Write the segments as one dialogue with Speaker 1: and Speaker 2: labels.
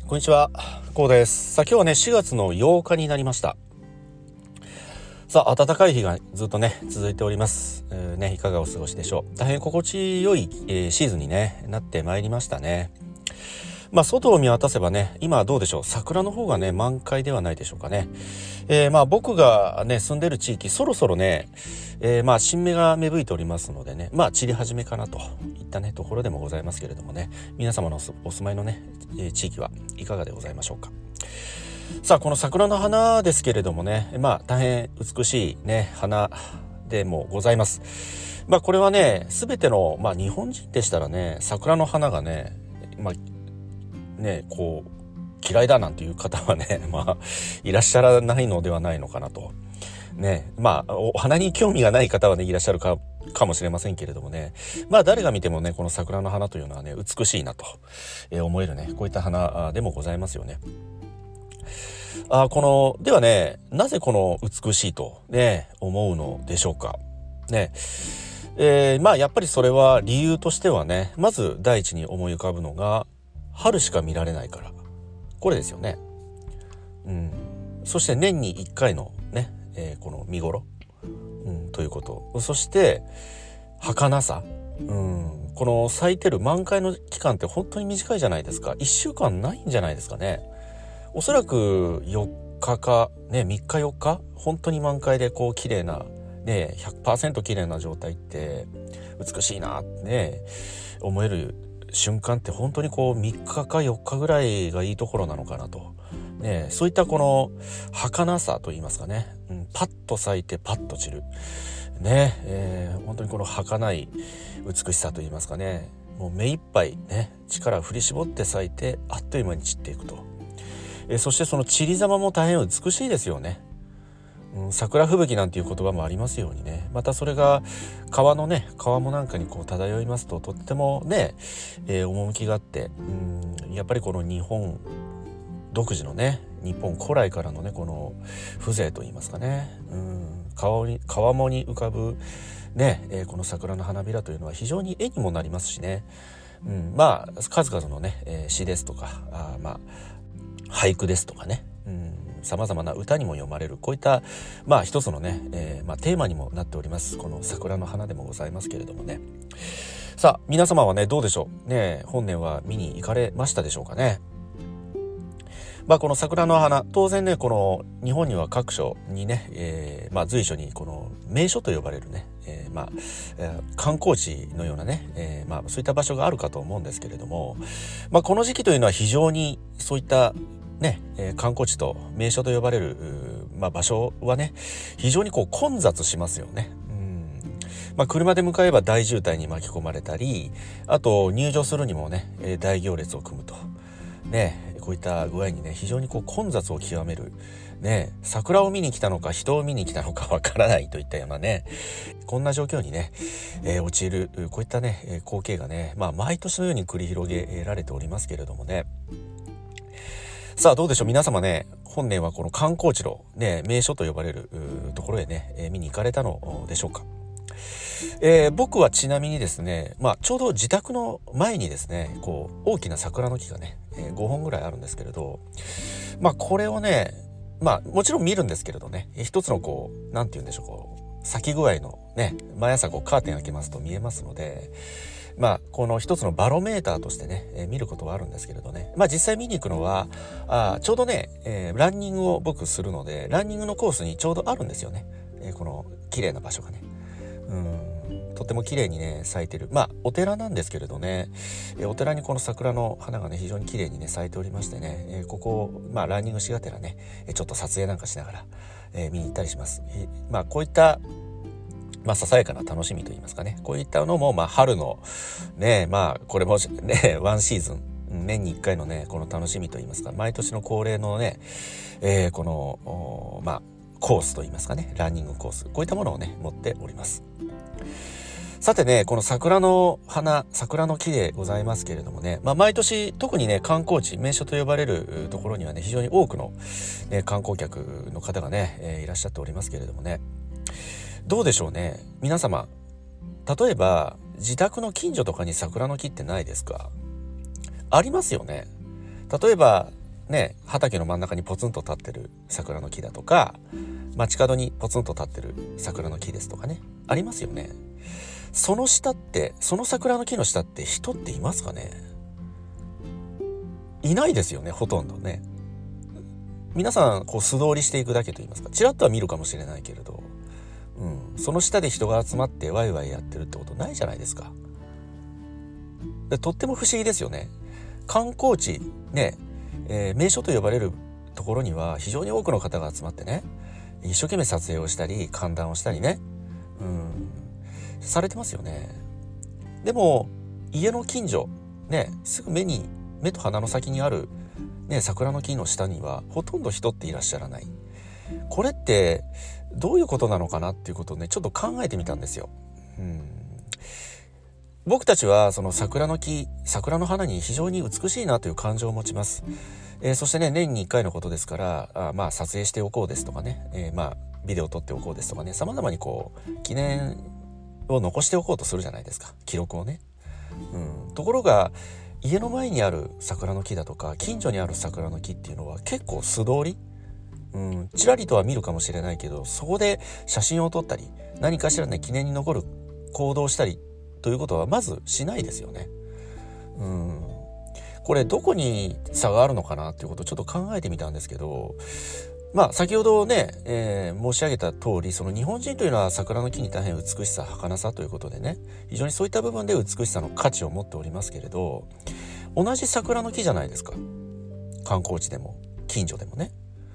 Speaker 1: こんにちは、こうです。さあ今日はね4月の8日になりました。さあ暖かい日がずっとね続いております。いかがお過ごしでしょう。大変心地よい、シーズンに、なってまいりましたね。外を見渡せばね、今はどうでしょう、桜の方がね満開ではないでしょうかね。僕がね住んでる地域、そろそろね、新芽が芽吹いておりますのでね、散り始めかなといったねところでもございますけれどもね、皆様のお住まいのね、地域はいかがでございましょうか。さあこの桜の花ですけれどもね、大変美しいね花でもございます。これはね全ての、日本人でしたらね、桜の花がねこう嫌いだなんていう方はねいらっしゃらないのではないのかなとね。お花に興味がない方はねいらっしゃるかもしれませんけれどもね、誰が見てもねこの桜の花というのはね美しいなと思えるね、こういった花でもございますよね。ではね、なぜこの美しいとね思うのでしょうかね。やっぱりそれは理由としてはね、まず第一に思い浮かぶのが春しか見られないから、これですよね。そして年に1回のね、この見頃、ということ。そして儚さ、この咲いてる満開の期間って本当に短いじゃないですか。1週間ないんじゃないですかね。おそらく4日かね、3日4日本当に満開でこう綺麗なね 100% 綺麗な状態って美しいなってね思える瞬間って本当にこう3日か4日ぐらいがいいところなのかなとね。そういったこの儚さといいますかね、パッと咲いてパッと散るね、本当にこの儚い美しさといいますかね、もう目いっぱいね力を振り絞って咲いてあっという間に散っていくと。そしてその散り様も大変美しいですよね。桜吹雪なんていう言葉もありますようにね、またそれが川もなんかにこう漂いますととってもね、趣があって、やっぱりこの日本独自のね、日本古来からのねこの風情といいますかね、川面に浮かぶね、この桜の花びらというのは非常に絵にもなりますしね、数々のね、詩ですとか俳句ですとかね、様々な歌にも読まれる、こういった一つのね、テーマにもなっておりますこの桜の花でもございますけれどもね。さあ皆様はねどうでしょうね、本年は見に行かれましたでしょうかね。この桜の花、当然ねこの日本には各所にね、随所にこの名所と呼ばれるね、観光地のようなね、そういった場所があるかと思うんですけれども、この時期というのは非常にそういったね、観光地と名所と呼ばれる、場所はね非常にこう混雑しますよね。車で向かえば大渋滞に巻き込まれたり、あと入場するにもね大行列を組むとね、こういった具合にね非常にこう混雑を極めるね、桜を見に来たのか人を見に来たのかわからないといったようなね、こんな状況にね、陥るこういったね光景がね、毎年のように繰り広げられておりますけれどもね。さあどうでしょう皆様ね、本年はこの観光地のね名所と呼ばれるところへね、見に行かれたのでしょうか。僕はちなみにですね、ちょうど自宅の前にですねこう大きな桜の木がね、5本ぐらいあるんですけれど、これをねもちろん見るんですけれどね、一つのこうなんて言うんでしょう、こう咲き具合のね、毎朝こうカーテン開けますと見えますので、この一つのバロメーターとしてね、見ることはあるんですけれどね、実際見に行くのはちょうどね、ランニングを僕するので、ランニングのコースにちょうどあるんですよね、この綺麗な場所がね。とても綺麗にね咲いてる、お寺なんですけれどね、お寺にこの桜の花がね非常に綺麗にね咲いておりましてね、ここをランニングしがてらねちょっと撮影なんかしながら、見に行ったりします。こういったささやかな楽しみといいますかね、こういったのも春のね、これもねワンシーズン年に1回のねこの楽しみといいますか、毎年の恒例のね、このコースといいますかね、ランニングコース、こういったものをね持っております。さてね、この桜の花、桜の木でございますけれどもね、毎年特にね観光地、名所と呼ばれるところにはね非常に多くの、観光客の方がね、いらっしゃっておりますけれどもね、どうでしょうね皆様。例えば自宅の近所とかに桜の木ってないですか？ありますよね。例えばね、畑の真ん中にポツンと立ってる桜の木だとか、街角にポツンと立ってる桜の木ですとかね、ありますよね。その下って、その桜の木の下って人っていますかね？いないですよね、ほとんどね。皆さんこう素通りしていくだけと言いますか、ちらっとは見るかもしれないけれど、その下で人が集まってワイワイやってるってことないじゃないですか。でとっても不思議ですよね。観光地ね、名所と呼ばれるところには非常に多くの方が集まってね、一生懸命撮影をしたり歓談をしたりね、されてますよね。でも家の近所ね、すぐ目と鼻の先にあるね、桜の木の下にはほとんど人っていらっしゃらない。これってどういうことなのかなっていうことをね、ちょっと考えてみたんですよ。僕たちはその桜の木、桜の花に非常に美しいなという感情を持ちます。そしてね、年に1回のことですから、撮影しておこうですとかね、ビデオを撮っておこうですとかね、様々にこう記念を残しておこうとするじゃないですか、記録をね。ところが家の前にある桜の木だとか近所にある桜の木っていうのは結構素通り、ちらりとは見るかもしれないけど、そこで写真を撮ったり何かしらね、記念に残る行動をしたりということはまずしないですよね。これどこに差があるのかなっていうことをちょっと考えてみたんですけど、先ほどね、申し上げた通り、その日本人というのは桜の木に大変美しさ、儚さということでね、非常にそういった部分で美しさの価値を持っておりますけれど、同じ桜の木じゃないですか、観光地でも近所でもね。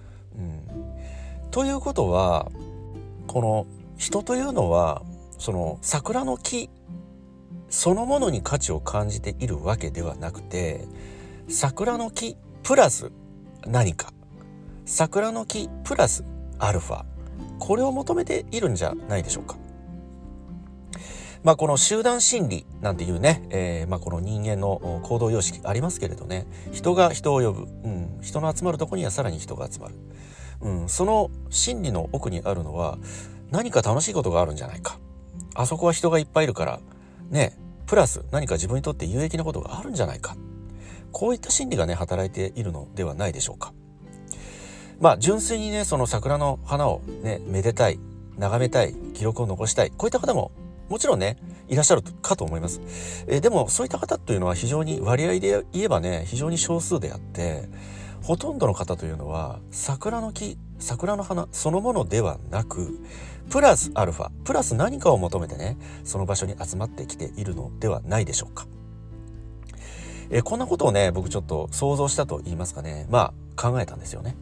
Speaker 1: ということは、この人というのはその桜の木そのものに価値を感じているわけではなくて、桜の木プラス何か、桜の木プラスアルファ、これを求めているんじゃないでしょうか。この集団心理なんていうね、この人間の行動様式ありますけれどね、人が人を呼ぶ、人の集まるところにはさらに人が集まる、その心理の奥にあるのは何か楽しいことがあるんじゃないか、あそこは人がいっぱいいるからね、プラス何か自分にとって有益なことがあるんじゃないか、こういった心理がね働いているのではないでしょうか。純粋にね、その桜の花をね、めでたい、眺めたい、記録を残したい、こういった方ももちろんねいらっしゃるかと思います。でもそういった方というのは非常に割合で言えばね、非常に少数であって、ほとんどの方というのは桜の木、桜の花そのものではなく、プラスアルファ、プラス何かを求めてね、その場所に集まってきているのではないでしょうか。こんなことをね、僕ちょっと想像したと言いますかね、考えたんですよね。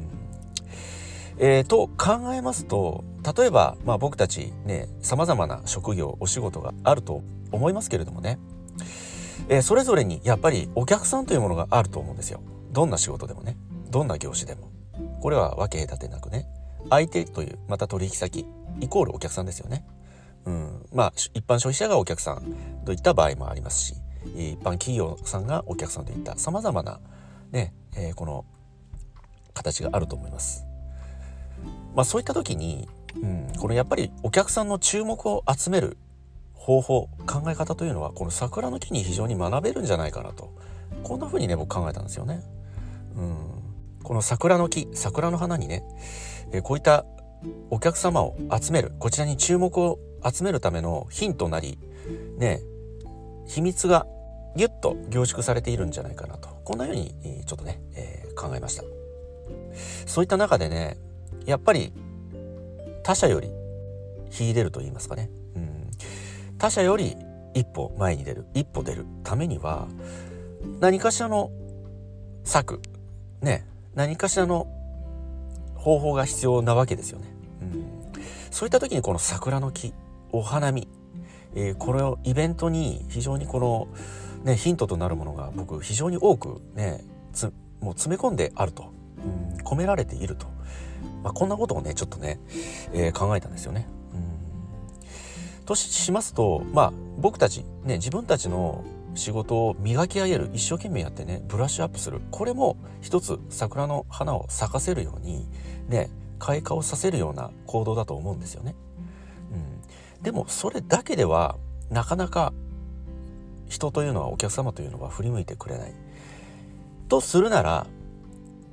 Speaker 1: と考えますと、例えば、僕たちね、様々な職業、お仕事があると思いますけれどもね、それぞれにやっぱりお客さんというものがあると思うんですよ。どんな仕事でもね、どんな業種でも。これは分け隔てなくね、相手という、また取引先イコールお客さんですよね。一般消費者がお客さんといった場合もありますし、一般企業さんがお客さんといった様々なね、この形があると思います。そういった時に、このやっぱりお客さんの注目を集める方法、考え方というのはこの桜の木に非常に学べるんじゃないかなと、こんな風にね僕考えたんですよね。この桜の木、桜の花にね、こういったお客様を集める、こちらに注目を集めるためのヒントなりね、秘密がギュッと凝縮されているんじゃないかなと、こんなようにちょっとね、考えました。そういった中でね、やっぱり他者より秀でると言いますかね、他者より一歩前に出る、一歩出るためには何かしらの策ね、何かしらの方法が必要なわけですよね。そういった時にこの桜の木、お花見、これをイベントに非常にこの、ヒントとなるものが僕非常に多くね、もう詰め込んであると、込められていると、こんなことをねちょっとね、考えたんですよね。としますと、僕たちね、自分たちの仕事を磨き上げる、一生懸命やってねブラッシュアップする、これも一つ桜の花を咲かせるようにね、開花をさせるような行動だと思うんですよね。でもそれだけではなかなか人というのは、お客様というのは振り向いてくれないとするなら、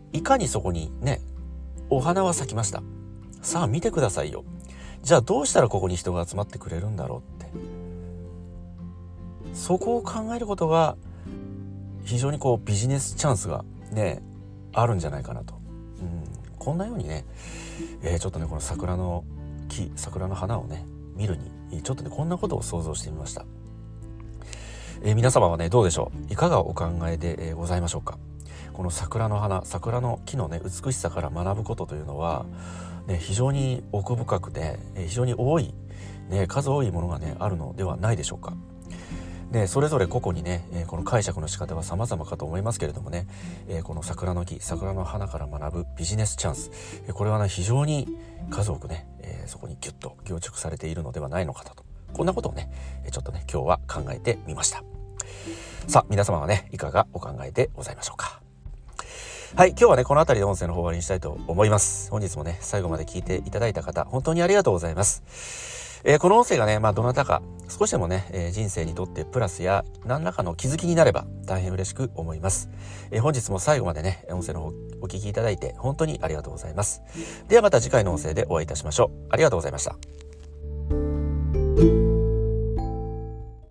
Speaker 1: いかにそこにね、お花は咲きました。さあ見てくださいよ。じゃあどうしたらここに人が集まってくれるんだろうって、そこを考えることが非常にビジネスチャンスがねあるんじゃないかなと、こんなようにね、ちょっとねこの桜の木、桜の花をね見るにちょっとねこんなことを想像してみました。皆様はねどうでしょう、いかがお考えで、ございましょうか。この桜の花、桜の木のね美しさから学ぶことというのは、ね、非常に奥深くて、非常に多い、ね、数多いものがねあるのではないでしょうか。でそれぞれ個々にね、この解釈の仕方は様々かと思いますけれどもね、この桜の木、桜の花から学ぶビジネスチャンス、これはね非常に数多くね、そこにギュッと凝縮されているのではないのかと、こんなことをねちょっとね今日は考えてみました。さあ皆様はねいかがお考えでございましょうか。はい、今日はねこの辺りで音声の方終わりにしたいと思います。本日もね最後まで聞いていただいた方本当にありがとうございます。この音声がねどなたか少しでもね、人生にとってプラスや何らかの気づきになれば大変嬉しく思います。本日も最後までね音声の方お聞きいただいて本当にありがとうございます。ではまた次回の音声でお会いいたしましょう。ありがとうございました。